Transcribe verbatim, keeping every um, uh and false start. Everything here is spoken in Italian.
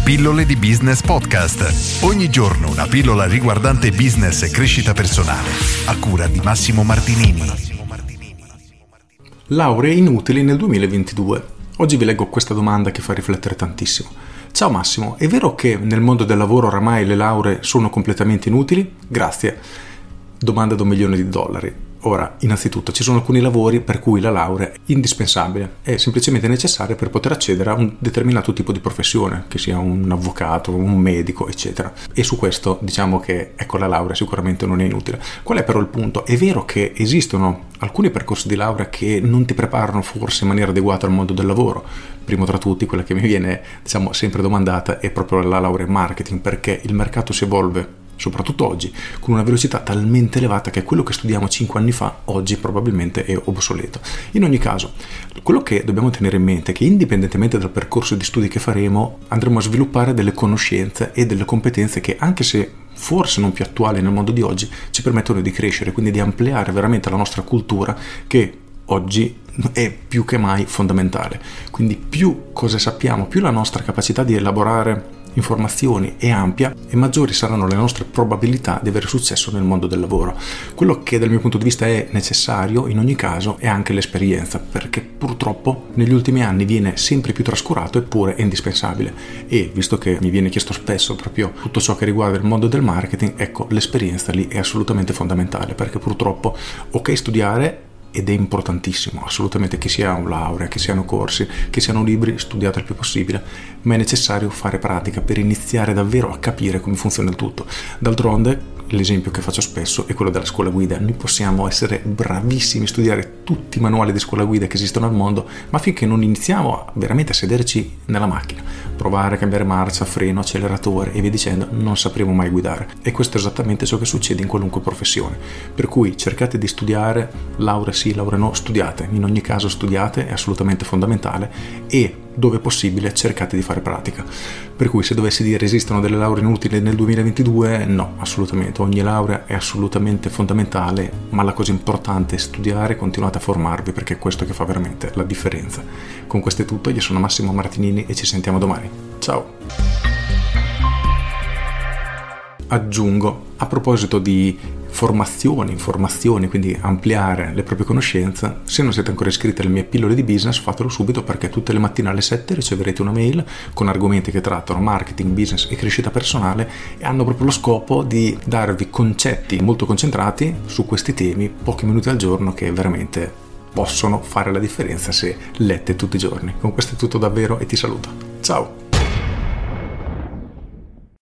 Pillole di Business Podcast. Ogni giorno una pillola riguardante business e crescita personale. A cura di Massimo Martinini. Lauree inutili nel duemilaventidue. Oggi vi leggo questa domanda che fa riflettere tantissimo. Ciao Massimo, è vero che nel mondo del lavoro oramai le lauree sono completamente inutili? Grazie. Domanda da un milione di dollari. Ora, innanzitutto, ci sono alcuni lavori per cui la laurea è indispensabile, è semplicemente necessaria per poter accedere a un determinato tipo di professione, che sia un avvocato, un medico, eccetera. E su questo diciamo che ecco, la laurea sicuramente non è inutile. Qual è però il punto? È vero che esistono alcuni percorsi di laurea che non ti preparano forse in maniera adeguata al mondo del lavoro. Primo tra tutti, quella che mi viene diciamo sempre domandata è proprio la laurea in marketing, perché il mercato si evolve soprattutto oggi, con una velocità talmente elevata che quello che studiamo cinque anni fa oggi probabilmente è obsoleto. In ogni caso, quello che dobbiamo tenere in mente è che indipendentemente dal percorso di studi che faremo, andremo a sviluppare delle conoscenze e delle competenze che, anche se forse non più attuali nel mondo di oggi, ci permettono di crescere, quindi di ampliare veramente la nostra cultura, che oggi è più che mai fondamentale. Quindi più cose sappiamo, più la nostra capacità di elaborare informazioni è ampia e maggiori saranno le nostre probabilità di avere successo nel mondo del lavoro. Quello che dal mio punto di vista è necessario in ogni caso è anche l'esperienza, perché purtroppo negli ultimi anni viene sempre più trascurato, eppure è indispensabile. E visto che mi viene chiesto spesso proprio tutto ciò che riguarda il mondo del marketing, ecco, l'esperienza lì è assolutamente fondamentale, perché purtroppo ok studiare, ed è importantissimo, assolutamente, che sia un laurea, che siano corsi, che siano libri, studiate il più possibile, ma è necessario fare pratica per iniziare davvero a capire come funziona il tutto. D'altronde, l'esempio che faccio spesso è quello della scuola guida. Noi possiamo essere bravissimi a studiare tutti i manuali di scuola guida che esistono al mondo, ma finché non iniziamo veramente a sederci nella macchina, provare a cambiare marcia, freno, acceleratore e via dicendo, non sapremo mai guidare. E questo è esattamente ciò che succede in qualunque professione. Per cui cercate di studiare, laurea sì, laurea no, studiate. In ogni caso studiate, è assolutamente fondamentale, e dove possibile cercate di fare pratica. Per cui se dovessi dire esistono delle lauree inutili nel duemilaventidue, no, assolutamente. Ogni laurea è assolutamente fondamentale, ma la cosa importante è studiare, continuate a formarvi, perché è questo che fa veramente la differenza. Con questo è tutto, io sono Massimo Martinini e ci sentiamo domani. Ciao! Aggiungo, a proposito di formazioni, informazioni, quindi ampliare le proprie conoscenze, se non siete ancora iscritti alle mie pillole di business, fatelo subito, perché tutte le mattine alle sette riceverete una mail con argomenti che trattano marketing, business e crescita personale, e hanno proprio lo scopo di darvi concetti molto concentrati su questi temi, pochi minuti al giorno, che veramente possono fare la differenza se lette tutti i giorni. Con questo è tutto davvero e ti saluto. Ciao!